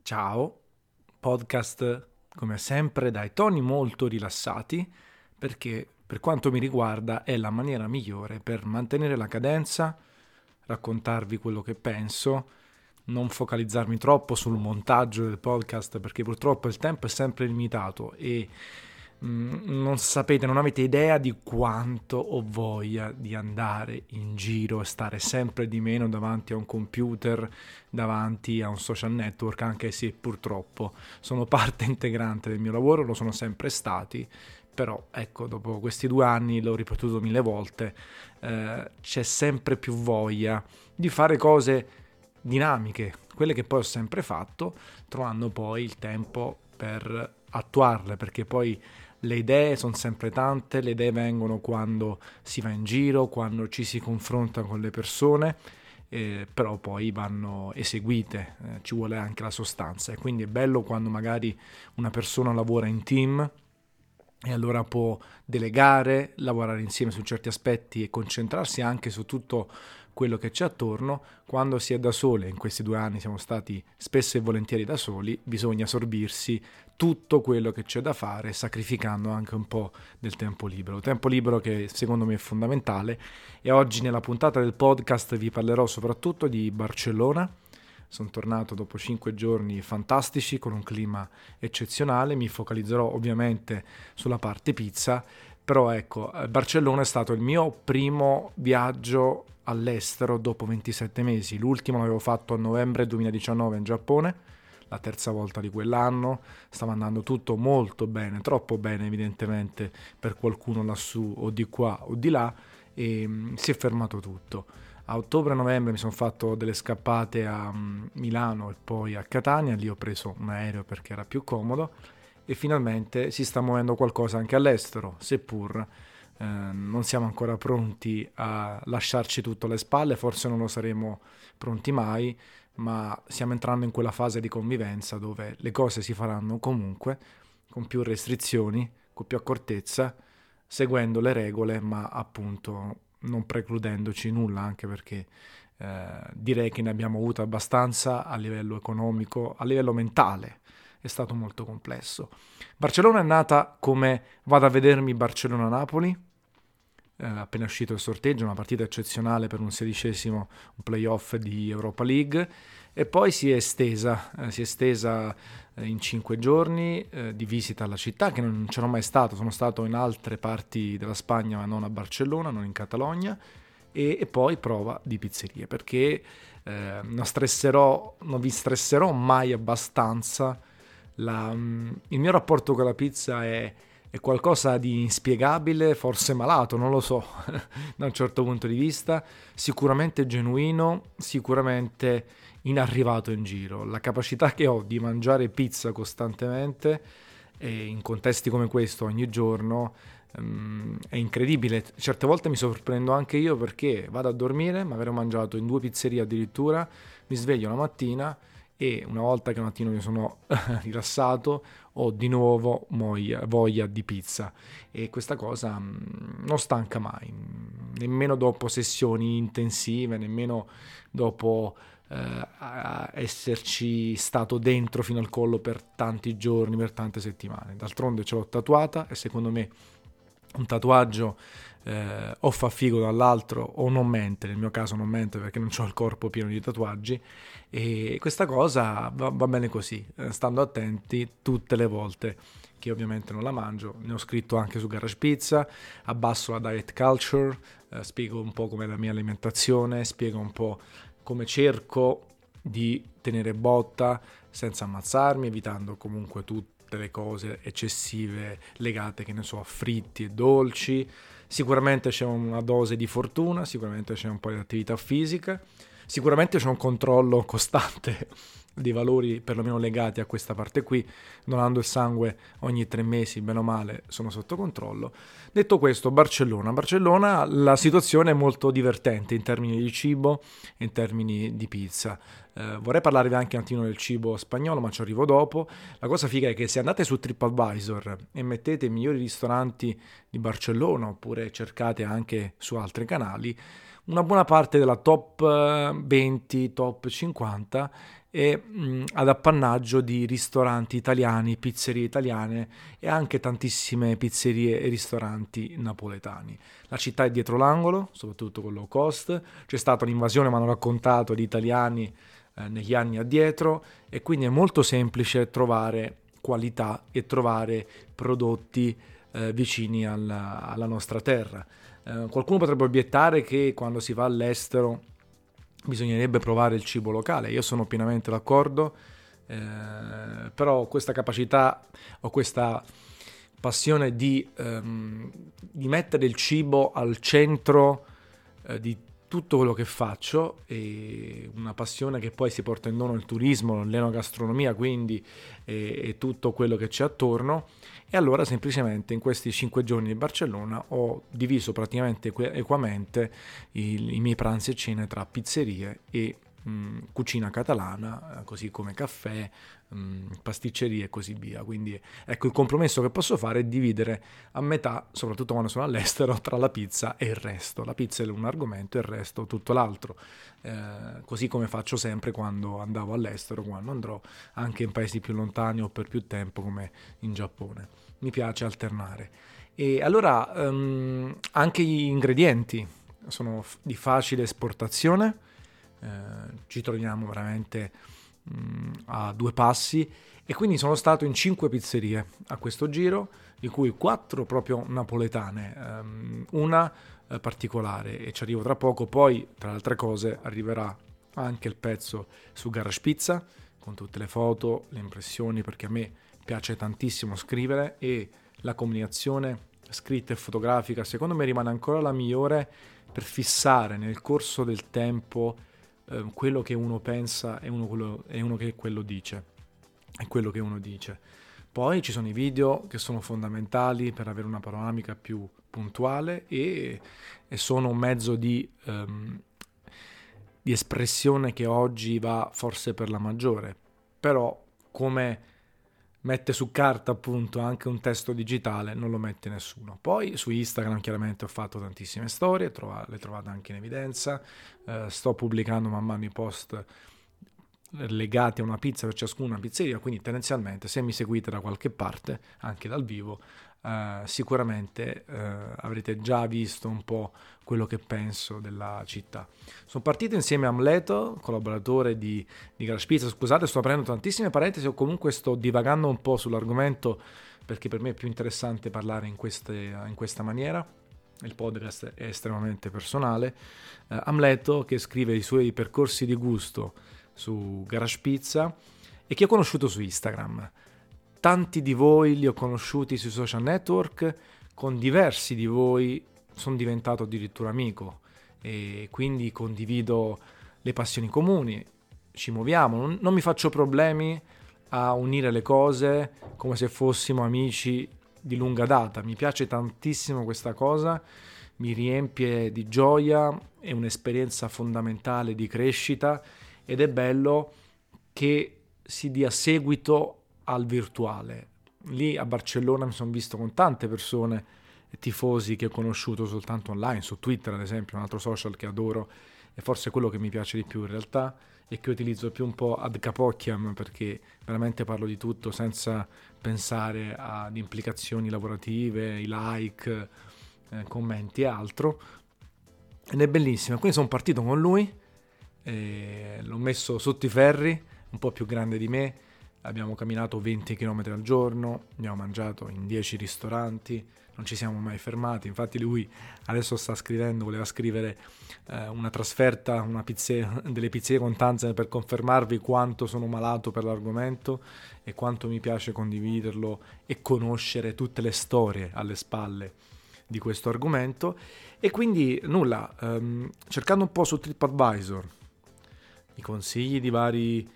Ciao, podcast come sempre dai toni molto rilassati perché per quanto mi riguarda è la maniera migliore per mantenere la cadenza, raccontarvi quello che penso, non focalizzarmi troppo sul montaggio del podcast perché purtroppo il tempo è sempre limitato e non sapete, non avete idea di quanto ho voglia di andare in giro e stare sempre di meno davanti a un computer, davanti a un social network, anche se purtroppo sono parte integrante del mio lavoro, lo sono sempre stati, però ecco, dopo questi 2 anni, l'ho ripetuto 1000 volte, c'è sempre più voglia di fare cose dinamiche, quelle che poi ho sempre fatto, trovando poi il tempo per attuarle, perché poi le idee sono sempre tante, le idee vengono quando si va in giro, quando ci si confronta con le persone, però poi vanno eseguite, ci vuole anche la sostanza e quindi è bello quando magari una persona lavora in team e allora può delegare, lavorare insieme su certi aspetti e concentrarsi anche su tutto quello che c'è attorno. Quando si è da sole, in questi 2 anni siamo stati spesso e volentieri da soli, bisogna sorbirsi tutto quello che c'è da fare, sacrificando anche un po' del tempo libero che secondo me è fondamentale. E oggi nella puntata del podcast vi parlerò soprattutto di Barcellona. Sono tornato dopo 5 giorni fantastici con un clima eccezionale, mi focalizzerò ovviamente sulla parte pizza, però ecco, Barcellona è stato il mio primo viaggio all'estero dopo 27 mesi, l'ultimo l'avevo fatto a novembre 2019 in Giappone, la terza volta di quell'anno, stava andando tutto molto bene, troppo bene evidentemente per qualcuno lassù o di qua o di là e si è fermato tutto. A ottobre-novembre mi sono fatto delle scappate a Milano e poi a Catania, lì ho preso un aereo perché era più comodo e finalmente si sta muovendo qualcosa anche all'estero, seppur non siamo ancora pronti a lasciarci tutto alle spalle, forse non lo saremo pronti mai, ma stiamo entrando in quella fase di convivenza dove le cose si faranno comunque, con più restrizioni, con più accortezza, seguendo le regole, ma appunto non precludendoci nulla, anche perché direi che ne abbiamo avuto abbastanza a livello economico, a livello mentale. È stato molto complesso. Barcellona è nata come vado a vedermi Barcellona-Napoli, appena uscito il sorteggio, una partita eccezionale per un 16esimo, un playoff di Europa League, e poi si è estesa in 5 giorni di visita alla città, che non c'ero mai stato, sono stato in altre parti della Spagna, ma non a Barcellona, non in Catalogna, e poi prova di pizzerie, perché non vi stresserò mai abbastanza. Il mio rapporto con la pizza è qualcosa di inspiegabile, forse malato, non lo so, da un certo punto di vista, sicuramente genuino, sicuramente inarrivato in giro. La capacità che ho di mangiare pizza costantemente e in contesti come questo ogni giorno è incredibile. Certe volte mi sorprendo anche io perché vado a dormire, magari ho mangiato in 2 pizzerie addirittura, mi sveglio la mattina e una volta che un attimo mi sono rilassato ho di nuovo voglia di pizza e questa cosa non stanca mai, nemmeno dopo sessioni intensive, nemmeno dopo esserci stato dentro fino al collo per tanti giorni, per tante settimane. D'altronde ce l'ho tatuata e secondo me un tatuaggio o fa figo dall'altro o non mente, nel mio caso non mente perché non ho il corpo pieno di tatuaggi e questa cosa va bene così, stando attenti tutte le volte che ovviamente non la mangio. Ne ho scritto anche su Garage Pizza, abbasso la diet culture, spiego un po' com'è la mia alimentazione, spiego un po' come cerco di tenere botta senza ammazzarmi, evitando comunque tutte le cose eccessive legate, che ne so, a fritti e dolci. Sicuramente c'è una dose di fortuna, sicuramente c'è un po' di attività fisica, sicuramente c'è un controllo costante dei valori perlomeno legati a questa parte qui, donando il sangue ogni 3 mesi, bene o male, sono sotto controllo. Detto questo, Barcellona, la situazione è molto divertente in termini di cibo e in termini di pizza. Vorrei parlarvi anche un attimo del cibo spagnolo, ma ci arrivo dopo. La cosa figa è che se andate su TripAdvisor e mettete i migliori ristoranti di Barcellona, oppure cercate anche su altri canali, una buona parte della top 20, top 50 e ad appannaggio di ristoranti italiani, pizzerie italiane e anche tantissime pizzerie e ristoranti napoletani. La città è dietro l'angolo, soprattutto con low cost, c'è stata un'invasione, mi hanno raccontato, di italiani negli anni addietro, e quindi è molto semplice trovare qualità e trovare prodotti vicini alla nostra terra. Qualcuno potrebbe obiettare che quando si va all'estero bisognerebbe provare il cibo locale. Io sono pienamente d'accordo, però questa capacità o questa passione di mettere il cibo al centro di tutto quello che faccio, e una passione che poi si porta in dono il turismo, l'enogastronomia, quindi e tutto quello che c'è attorno. E allora semplicemente in questi 5 giorni di Barcellona ho diviso praticamente equamente i miei pranzi e cene tra pizzerie e cucina catalana, così come caffè, pasticcerie e così via. Quindi ecco, il compromesso che posso fare è dividere a metà, soprattutto quando sono all'estero, tra la pizza e il resto. La pizza è un argomento e il resto tutto l'altro, così come faccio sempre quando andavo all'estero, quando andrò anche in paesi più lontani o per più tempo come in Giappone. Mi piace alternare. E allora anche gli ingredienti sono di facile esportazione. Ci troviamo veramente a 2 passi, e quindi sono stato in 5 pizzerie a questo giro, di cui 4 proprio napoletane, una particolare, e ci arrivo tra poco. Poi, tra le altre cose, arriverà anche il pezzo su Garage Pizza con tutte le foto, le impressioni, perché a me piace tantissimo scrivere, e la combinazione scritta e fotografica secondo me rimane ancora la migliore per fissare nel corso del tempo quello che uno pensa e uno che quello dice, è quello che uno dice. Poi ci sono i video che sono fondamentali per avere una panoramica più puntuale, e sono un mezzo di espressione che oggi va forse per la maggiore, però come mette su carta appunto anche un testo digitale non lo mette nessuno. Poi su Instagram chiaramente ho fatto tantissime storie, le trovate anche in evidenza, sto pubblicando man mano i post legati a una pizza per ciascuna pizzeria, quindi tendenzialmente se mi seguite da qualche parte, anche dal vivo, sicuramente avrete già visto un po' quello che penso della città. Sono partito insieme a Amleto, collaboratore di Garage Pizza. Scusate, sto aprendo tantissime parentesi, o comunque sto divagando un po' sull'argomento, perché per me è più interessante parlare in questa maniera. Il podcast è estremamente personale. Amleto, che scrive i suoi percorsi di gusto su Garage Pizza e che ho conosciuto su Instagram. Tanti di voi li ho conosciuti sui social network, con diversi di voi sono diventato addirittura amico, e quindi condivido le passioni comuni, ci muoviamo, non mi faccio problemi a unire le cose come se fossimo amici di lunga data. Mi piace tantissimo questa cosa, mi riempie di gioia, è un'esperienza fondamentale di crescita, ed è bello che si dia seguito al virtuale. Lì a Barcellona mi sono visto con tante persone, tifosi che ho conosciuto soltanto online, su Twitter ad esempio, un altro social che adoro, e forse quello che mi piace di più in realtà, e che utilizzo più un po' ad capocchiam, perché veramente parlo di tutto senza pensare ad implicazioni lavorative, i like, commenti e altro, ed è bellissimo. Quindi sono partito con lui, l'ho messo sotto i ferri, un po' più grande di me. Abbiamo camminato 20 km al giorno, abbiamo mangiato in 10 ristoranti, non ci siamo mai fermati. Infatti lui adesso voleva scrivere una trasferta, delle pizzerie con Tanzania, per confermarvi quanto sono malato per l'argomento e quanto mi piace condividerlo e conoscere tutte le storie alle spalle di questo argomento. E quindi nulla, cercando un po' su TripAdvisor i consigli di vari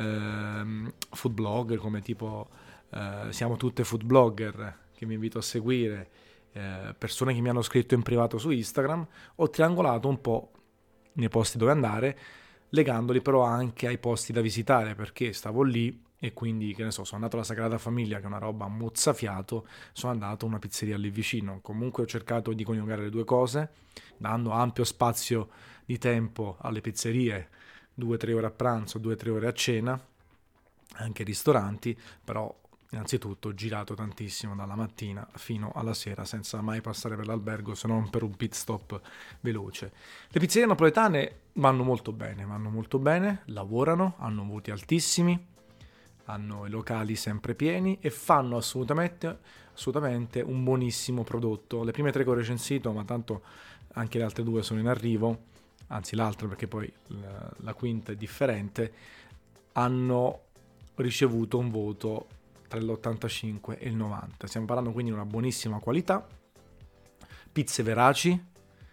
food blogger, come tipo siamo tutte food blogger, che mi invito a seguire, persone che mi hanno scritto in privato su Instagram, ho triangolato un po' nei posti dove andare, legandoli però anche ai posti da visitare, perché stavo lì e quindi, che ne so, sono andato alla Sagrada Famiglia, che è una roba mozzafiato, sono andato a una pizzeria lì vicino. Comunque ho cercato di coniugare le due cose, dando ampio spazio di tempo alle pizzerie, 2-3 ore a pranzo, 2-3 ore a cena, anche ristoranti, però innanzitutto ho girato tantissimo dalla mattina fino alla sera senza mai passare per l'albergo se non per un pit stop veloce. Le pizzerie napoletane vanno molto bene, lavorano, hanno voti altissimi, hanno i locali sempre pieni e fanno assolutamente un buonissimo prodotto. Le prime 3 che ho recensito, ma tanto anche le altre 2 sono in arrivo, anzi l'altra perché poi la quinta è differente, hanno ricevuto un voto tra l'85 e il 90. Stiamo parlando quindi di una buonissima qualità, pizze veraci,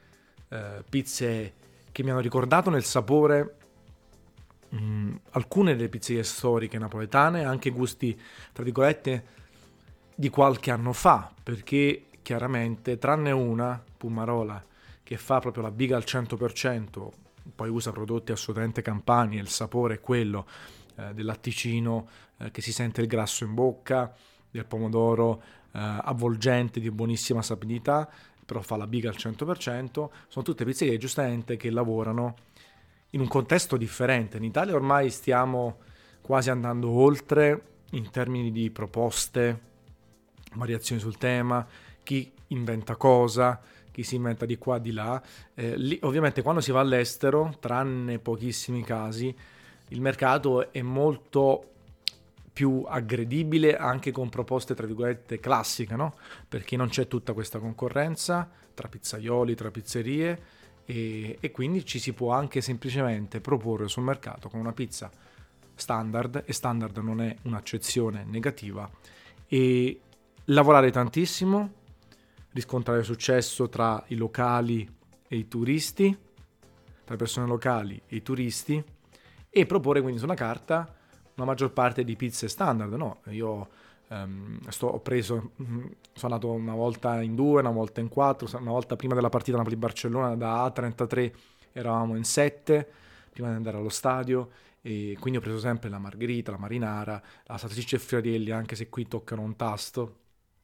pizze che mi hanno ricordato nel sapore alcune delle pizzerie storiche napoletane, anche gusti tra virgolette di qualche anno fa, perché chiaramente tranne una, Pumarola, che fa proprio la biga al 100%, poi usa prodotti assolutamente campani e il sapore è quello del latticino, che si sente il grasso in bocca, del pomodoro avvolgente di buonissima sapidità, però fa la biga al 100%, sono tutte pizzerie giustamente che lavorano in un contesto differente. In Italia ormai stiamo quasi andando oltre in termini di proposte, variazioni sul tema, chi inventa cosa, chi si inventa di qua di là. Lì, ovviamente quando si va all'estero, tranne pochissimi casi, il mercato è molto più aggredibile anche con proposte tra virgolette classiche, no? Perché non c'è tutta questa concorrenza tra pizzaioli, tra pizzerie e quindi ci si può anche semplicemente proporre sul mercato con una pizza standard, e standard non è un'accezione negativa, e lavorare tantissimo, riscontrare successo tra i locali e i turisti, tra le persone locali e i turisti, e proporre quindi sulla carta una maggior parte di pizze standard. No, io sono andato una volta in 2, una volta in 4, una volta prima della partita Napoli-Barcellona da A33 eravamo in 7 prima di andare allo stadio, e quindi ho preso sempre la margherita, la marinara, la salsiccia e friarielli, anche se qui toccano un tasto.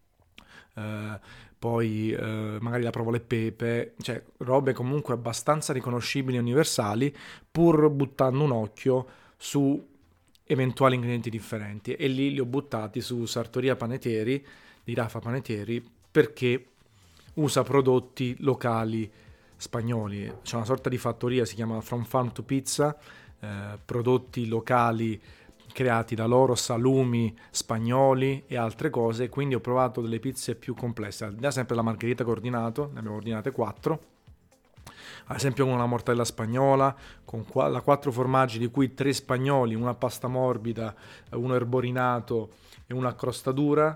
Poi magari la provola e pepe, cioè robe comunque abbastanza riconoscibili e universali, pur buttando un occhio su eventuali ingredienti differenti, e lì li ho buttati su Sartoria Panettieri di Rafa Panettieri, perché usa prodotti locali spagnoli. C'è una sorta di fattoria, si chiama From Farm to Pizza, prodotti locali creati da loro, salumi spagnoli e altre cose. Quindi ho provato delle pizze più complesse, al di là sempre della margherita che ho ordinato, ne abbiamo ordinate 4, ad esempio con una mortadella spagnola, con la 4 formaggi di cui 3 spagnoli, una pasta morbida, uno erborinato e una crostatura.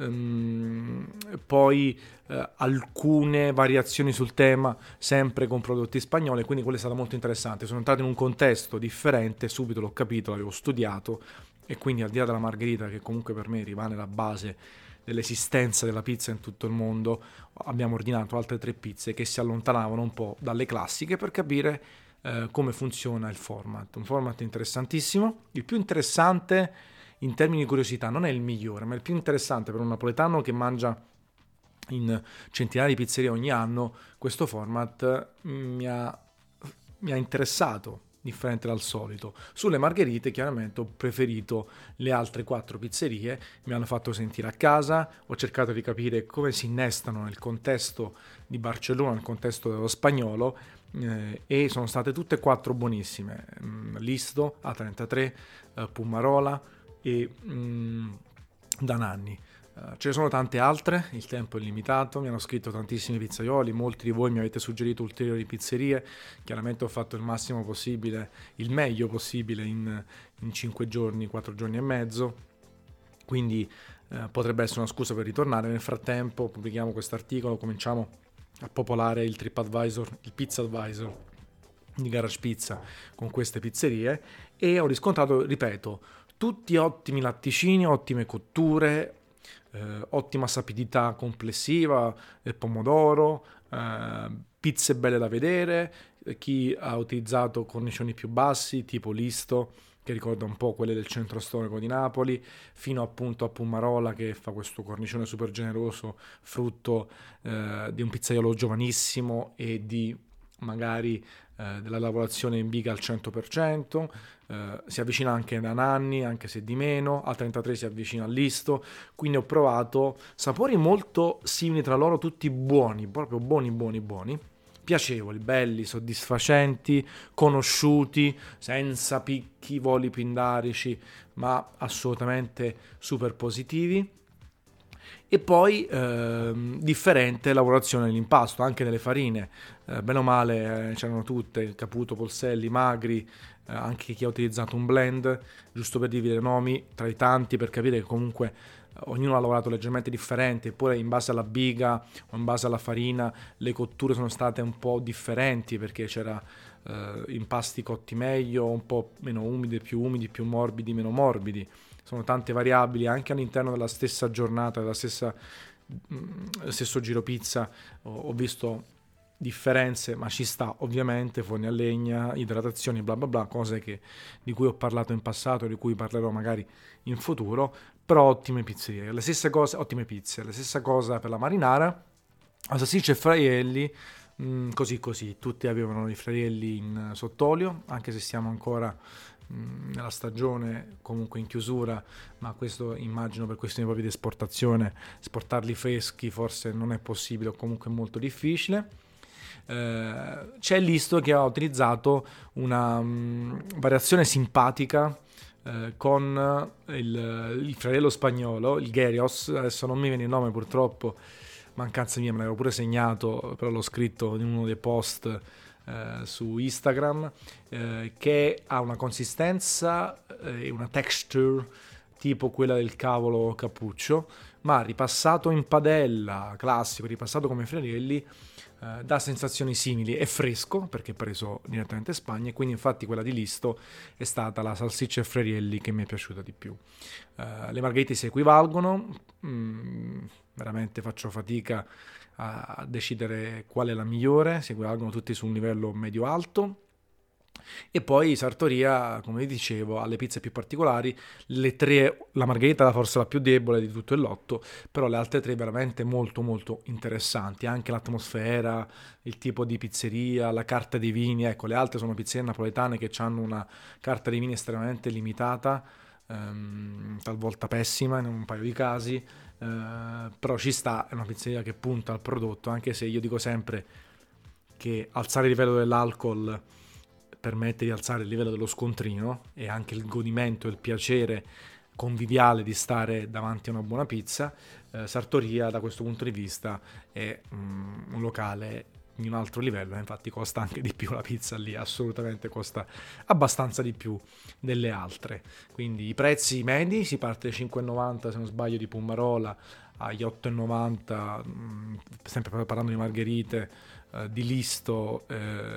Poi alcune variazioni sul tema sempre con prodotti spagnoli, quindi quello è stato molto interessante. Sono entrato in un contesto differente, subito l'ho capito, l'avevo studiato, e quindi al di là della margherita, che comunque per me rimane la base dell'esistenza della pizza in tutto il mondo, abbiamo ordinato altre 3 pizze che si allontanavano un po' dalle classiche per capire come funziona il format. Un format interessantissimo, il più interessante in termini di curiosità, non è il migliore, ma il più interessante per un napoletano che mangia in centinaia di pizzerie ogni anno. Questo format mi ha interessato, differente dal solito. Sulle margherite chiaramente ho preferito le altre 4 pizzerie, mi hanno fatto sentire a casa, ho cercato di capire come si innestano nel contesto di Barcellona, nel contesto dello spagnolo, e sono state tutte e 4 buonissime. Listo, A33, Pumarola e Dananni. Ce ne sono tante altre, il tempo è limitato, mi hanno scritto tantissimi pizzaioli, molti di voi mi avete suggerito ulteriori pizzerie, chiaramente ho fatto il massimo possibile, il meglio possibile in 5 giorni, 4 giorni e mezzo, quindi potrebbe essere una scusa per ritornare. Nel frattempo pubblichiamo questo articolo, cominciamo a popolare il TripAdvisor, il PizzaAdvisor di Garage Pizza con queste pizzerie, e ho riscontrato, ripeto, tutti ottimi latticini, ottime cotture, ottima sapidità complessiva del pomodoro, pizze belle da vedere. Chi ha utilizzato cornicioni più bassi tipo Listo, che ricorda un po' quelle del centro storico di Napoli, fino appunto a Pumarola, che fa questo cornicione super generoso, frutto di un pizzaiolo giovanissimo e di magari della lavorazione in biga al 100%, si avvicina anche da Nanni, anche se di meno, a 33 si avvicina all'Isto, quindi ho provato sapori molto simili tra loro, tutti buoni, proprio buoni, piacevoli, belli, soddisfacenti, conosciuti, senza picchi, voli pindarici, ma assolutamente super positivi. E poi differente lavorazione dell'impasto, anche nelle farine, bene o male c'erano tutte, Caputo, Polselli, Magri, anche chi ha utilizzato un blend, giusto per dirvi dei nomi tra i tanti, per capire che comunque ognuno ha lavorato leggermente differente, eppure in base alla biga o in base alla farina le cotture sono state un po' differenti, perché c'era impasti cotti meglio, un po' meno umidi, più morbidi, meno morbidi. Sono tante variabili anche all'interno della stessa giornata, della stesso giro pizza. Ho visto differenze, ma ci sta ovviamente, forni a legna, idratazioni, bla bla bla, cose di cui ho parlato in passato, di cui parlerò magari in futuro, però ottime pizzerie. Le stesse cose, ottime pizze, la stessa cosa per la marinara, la salsiccia e fraielli, così, tutti avevano i fraielli in sott'olio, anche se siamo ancora nella stagione comunque in chiusura, ma questo immagino per questioni proprio di esportazione, esportarli freschi forse non è possibile o comunque è molto difficile. C'è l'Isto che ha utilizzato una variazione simpatica con il fratello spagnolo, il Gyros, adesso non mi viene il nome purtroppo, mancanza mia, me l'avevo pure segnato, però l'ho scritto in uno dei post su Instagram, che ha una consistenza e una texture tipo quella del cavolo cappuccio, ma ripassato in padella, classico, ripassato come frarielli, dà sensazioni simili. È fresco perché è preso direttamente in Spagna, e quindi infatti quella di Listo è stata la salsiccia e frarielli che mi è piaciuta di più. Le margherite si equivalgono, veramente faccio fatica a decidere qual è la migliore, si equivalgono tutti su un livello medio-alto. E poi Sartoria, come vi dicevo, ha le pizze più particolari, le tre, la margherita è forse la più debole di tutto il lotto, però le altre tre veramente molto molto interessanti, anche l'atmosfera, il tipo di pizzeria, la carta dei vini, ecco, le altre sono pizzerie napoletane che hanno una carta dei vini estremamente limitata, talvolta pessima in un paio di casi, però ci sta, è una pizzeria che punta al prodotto, anche se io dico sempre che alzare il livello dell'alcol permette di alzare il livello dello scontrino e anche il godimento e il piacere conviviale di stare davanti a una buona pizza. Sartoria da questo punto di vista è un locale di un altro livello, infatti costa anche di più la pizza lì, assolutamente costa abbastanza di più delle altre. Quindi i prezzi medi, si parte dai 5,90 se non sbaglio di Pummarola agli 8,90, sempre parlando di margherite, di Listo,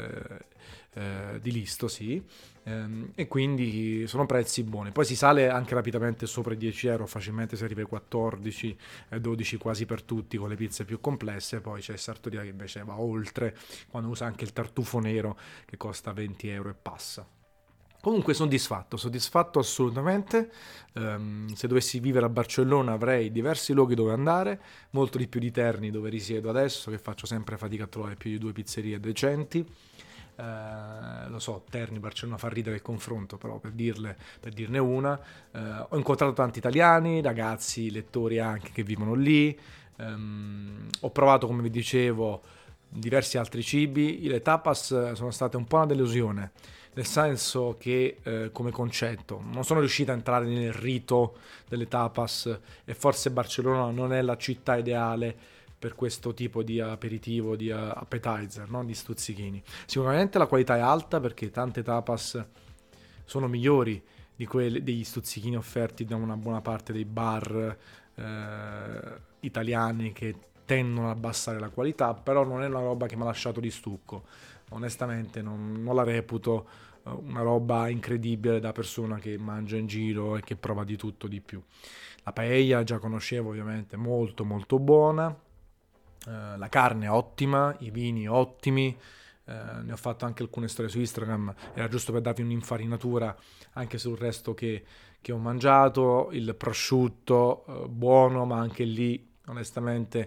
sì, e quindi sono prezzi buoni. Poi si sale anche rapidamente sopra i 10 euro, facilmente si arriva ai 14, 12 quasi per tutti con le pizze più complesse. Poi c'è Sartoria che invece va oltre, quando usa anche il tartufo nero che costa 20 euro e passa. Comunque soddisfatto assolutamente. Se dovessi vivere a Barcellona avrei diversi luoghi dove andare, molto di più di Terni dove risiedo adesso, che faccio sempre fatica a trovare più di 2 pizzerie decenti. Lo so, Terni, Barcellona fa ridere il confronto, però per dirne una, ho incontrato tanti italiani, ragazzi, lettori anche che vivono lì, ho provato, come vi dicevo, diversi altri cibi. Le tapas sono state un po' una delusione, nel senso che come concetto non sono riuscito a entrare nel rito delle tapas, e forse Barcellona non è la città ideale per questo tipo di aperitivo, di appetizer, no? Di stuzzichini. Sicuramente la qualità è alta perché tante tapas sono migliori degli stuzzichini offerti da una buona parte dei bar italiani, che tendono ad abbassare la qualità, però non è una roba che mi ha lasciato di stucco. Onestamente non la reputo una roba incredibile da persona che mangia in giro e che prova di tutto di più. La paella già conoscevo, ovviamente, molto molto buona. La carne ottima, i vini ottimi, ne ho fatto anche alcune storie su Instagram, era giusto per darvi un'infarinatura anche sul resto che ho mangiato. Il prosciutto buono, ma anche lì onestamente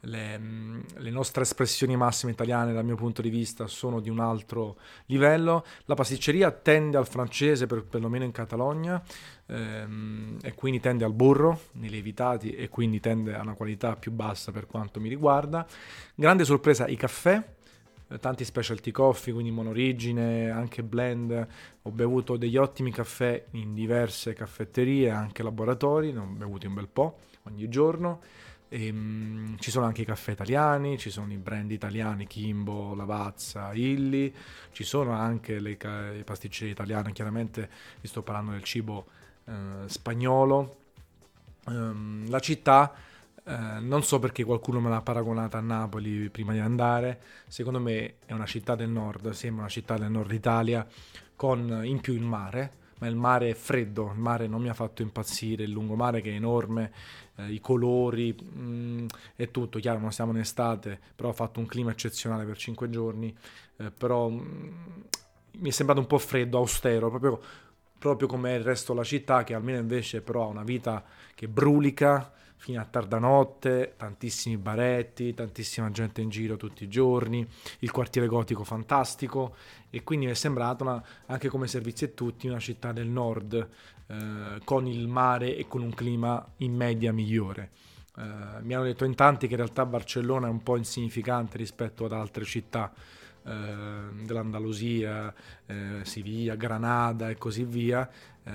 le nostre espressioni massime italiane dal mio punto di vista sono di un altro livello. La pasticceria tende al francese, perlomeno in Catalogna, e quindi tende al burro nei lievitati e quindi tende a una qualità più bassa per quanto mi riguarda. Grande sorpresa i caffè, tanti specialty coffee, quindi monorigine, anche blend. Ho bevuto degli ottimi caffè in diverse caffetterie, anche laboratori, ne ho bevuti un bel po' ogni giorno. Ci sono anche i caffè italiani, ci sono i brand italiani, Kimbo, Lavazza, Illy, ci sono anche le pasticcerie italiane, chiaramente vi sto parlando del cibo spagnolo. La città, non so perché qualcuno me l'ha paragonata a Napoli prima di andare, secondo me è una città del nord, sembra una città del nord Italia con in più il mare, ma il mare è freddo, il mare non mi ha fatto impazzire, il lungomare che è enorme, i colori, è tutto, chiaro non siamo in estate, però ha fatto un clima eccezionale per 5 giorni, però mi è sembrato un po' freddo, austero, proprio come il resto della città, che almeno invece però ha una vita che brulica fino a tarda notte, tantissimi baretti, tantissima gente in giro tutti i giorni, il quartiere gotico fantastico, e quindi mi è sembrata anche come servizi e tutti una città del nord, con il mare e con un clima in media migliore. Mi hanno detto in tanti che in realtà Barcellona è un po' insignificante rispetto ad altre città dell'Andalusia, Siviglia, Granada e così via,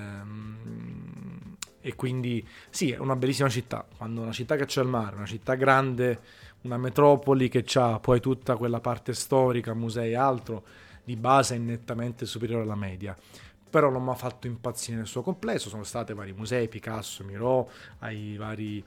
e quindi sì, è una bellissima città, quando una città che c'è al mare, una città grande, una metropoli che ha poi tutta quella parte storica, musei e altro, di base è nettamente superiore alla media. Però non mi ha fatto impazzire nel suo complesso, sono stati vari musei, Picasso, Miró, ai vari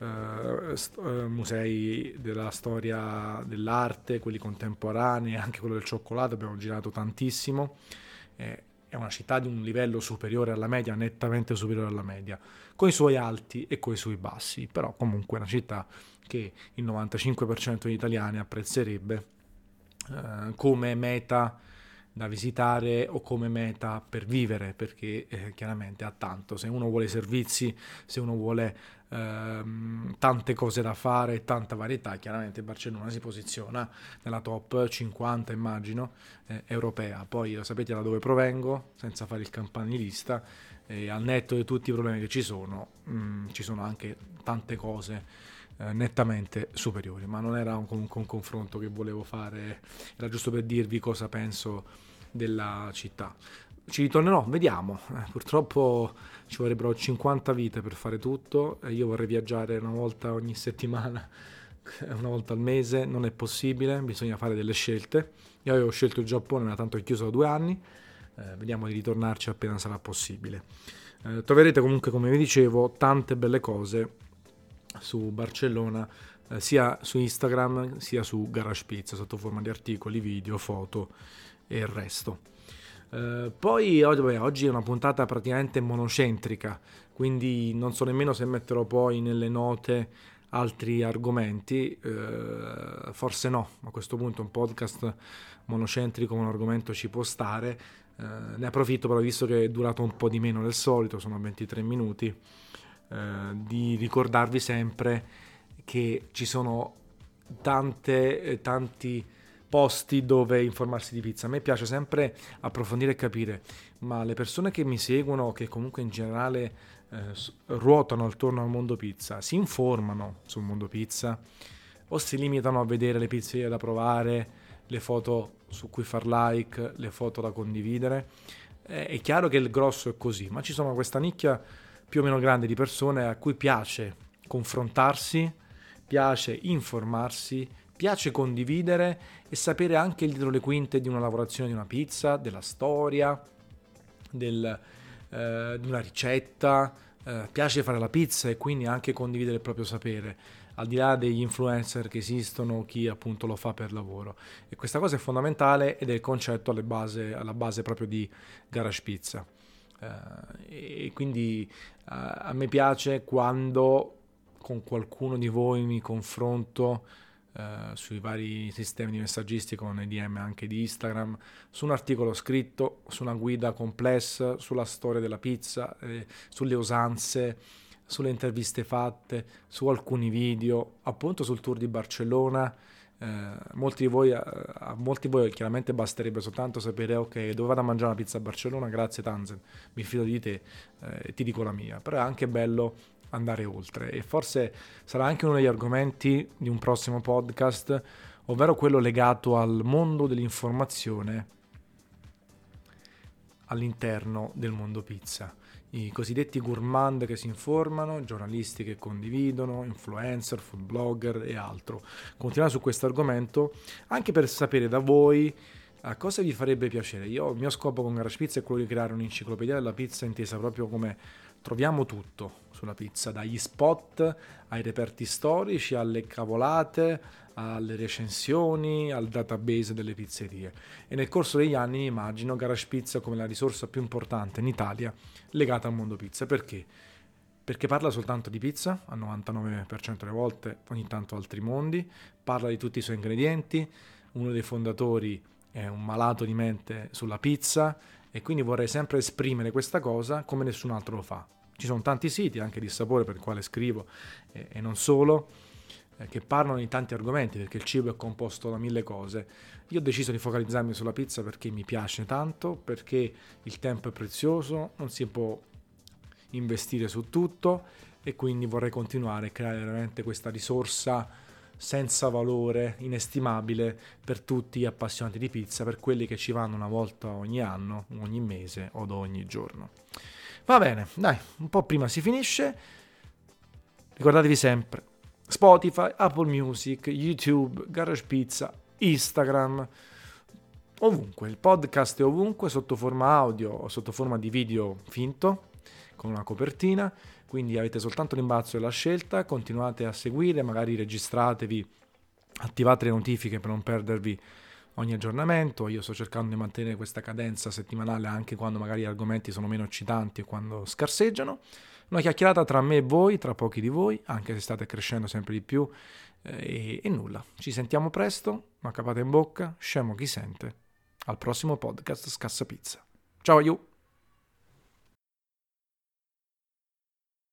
musei della storia dell'arte, quelli contemporanei, anche quello del cioccolato, abbiamo girato tantissimo. È una città di un livello superiore alla media, nettamente superiore alla media, con i suoi alti e con i suoi bassi, però comunque è una città che il 95% degli italiani apprezzerebbe come meta da visitare o come meta per vivere, perché chiaramente ha tanto. Se uno vuole servizi, se uno vuole tante cose da fare, tanta varietà, chiaramente Barcellona si posiziona nella top 50, immagino, europea. Poi sapete da dove provengo, senza fare il campanilista, e al netto di tutti i problemi che ci sono anche tante cose nettamente superiori, ma non era comunque un confronto che volevo fare, era giusto per dirvi cosa penso della città. Ci ritornerò, vediamo. Purtroppo ci vorrebbero 50 vite per fare tutto, io vorrei viaggiare una volta ogni settimana, una volta al mese, non è possibile, bisogna fare delle scelte. Io avevo scelto il Giappone, ma tanto è chiuso da 2 anni, vediamo di ritornarci appena sarà possibile. Troverete comunque, come vi dicevo, tante belle cose su Barcellona, sia su Instagram sia su GaragePizza, sotto forma di articoli, video, foto e il resto. Poi oggi è una puntata praticamente monocentrica, quindi non so nemmeno se metterò poi nelle note altri argomenti, forse no, a questo punto un podcast monocentrico con un argomento ci può stare. Ne approfitto però, visto che è durato un po' di meno del solito, sono 23 minuti, di ricordarvi sempre che ci sono tanti posti dove informarsi di pizza. A me piace sempre approfondire e capire, ma le persone che mi seguono, che comunque in generale ruotano attorno al mondo pizza, si informano sul mondo pizza o si limitano a vedere le pizzerie da provare, le foto su cui far like, le foto da condividere? È chiaro che il grosso è così, ma ci sono questa nicchia più o meno grande di persone a cui piace confrontarsi, piace informarsi, piace condividere e sapere anche dietro le quinte di una lavorazione di una pizza, della storia, di una ricetta, piace fare la pizza e quindi anche condividere il proprio sapere, al di là degli influencer che esistono, chi appunto lo fa per lavoro. E questa cosa è fondamentale ed è il concetto alla base proprio di GaragePizza. E quindi a me piace quando con qualcuno di voi mi confronto sui vari sistemi di messaggistica, con i DM anche di Instagram, su un articolo scritto, su una guida complessa, sulla storia della pizza, sulle usanze, sulle interviste fatte, su alcuni video, appunto sul tour di Barcellona. A molti di voi chiaramente basterebbe soltanto sapere ok, dove vado a mangiare una pizza a Barcellona, grazie Tanzen, mi fido di te, ti dico la mia, però è anche bello andare oltre e forse sarà anche uno degli argomenti di un prossimo podcast, ovvero quello legato al mondo dell'informazione all'interno del mondo pizza. I cosiddetti gourmand che si informano, giornalisti che condividono, influencer, food blogger e altro. Continuare su questo argomento anche per sapere da voi a cosa vi farebbe piacere. Il mio scopo con Garage Pizza è quello di creare un'enciclopedia della pizza intesa proprio come troviamo tutto sulla pizza, dagli spot ai reperti storici, alle cavolate, alle recensioni, al database delle pizzerie. E nel corso degli anni mi immagino Garage Pizza come la risorsa più importante in Italia legata al mondo pizza. Perché? Perché parla soltanto di pizza, al 99% delle volte, ogni tanto altri mondi, parla di tutti i suoi ingredienti, uno dei fondatori è un malato di mente sulla pizza e quindi vorrei sempre esprimere questa cosa come nessun altro lo fa. Ci sono tanti siti, anche di sapore, per il quale scrivo, e non solo, che parlano di tanti argomenti, perché il cibo è composto da 1000 cose. Io ho deciso di focalizzarmi sulla pizza perché mi piace tanto, perché il tempo è prezioso, non si può investire su tutto e quindi vorrei continuare a creare veramente questa risorsa senza valore, inestimabile per tutti gli appassionati di pizza, per quelli che ci vanno una volta ogni anno, ogni mese o ogni giorno. Va bene, dai, un po' prima si finisce. Ricordatevi sempre Spotify, Apple Music, YouTube, Garage Pizza, Instagram, ovunque, il podcast è ovunque, sotto forma audio o sotto forma di video finto, con una copertina, quindi avete soltanto l'imbarazzo della scelta, continuate a seguire, magari registratevi, attivate le notifiche per non perdervi ogni aggiornamento. Io sto cercando di mantenere questa cadenza settimanale anche quando magari gli argomenti sono meno eccitanti e quando scarseggiano. Una chiacchierata tra me e voi, tra pochi di voi, anche se state crescendo sempre di più, e nulla. Ci sentiamo presto, una capata in bocca, scemo chi sente. Al prossimo podcast Scassa Pizza. Ciao you!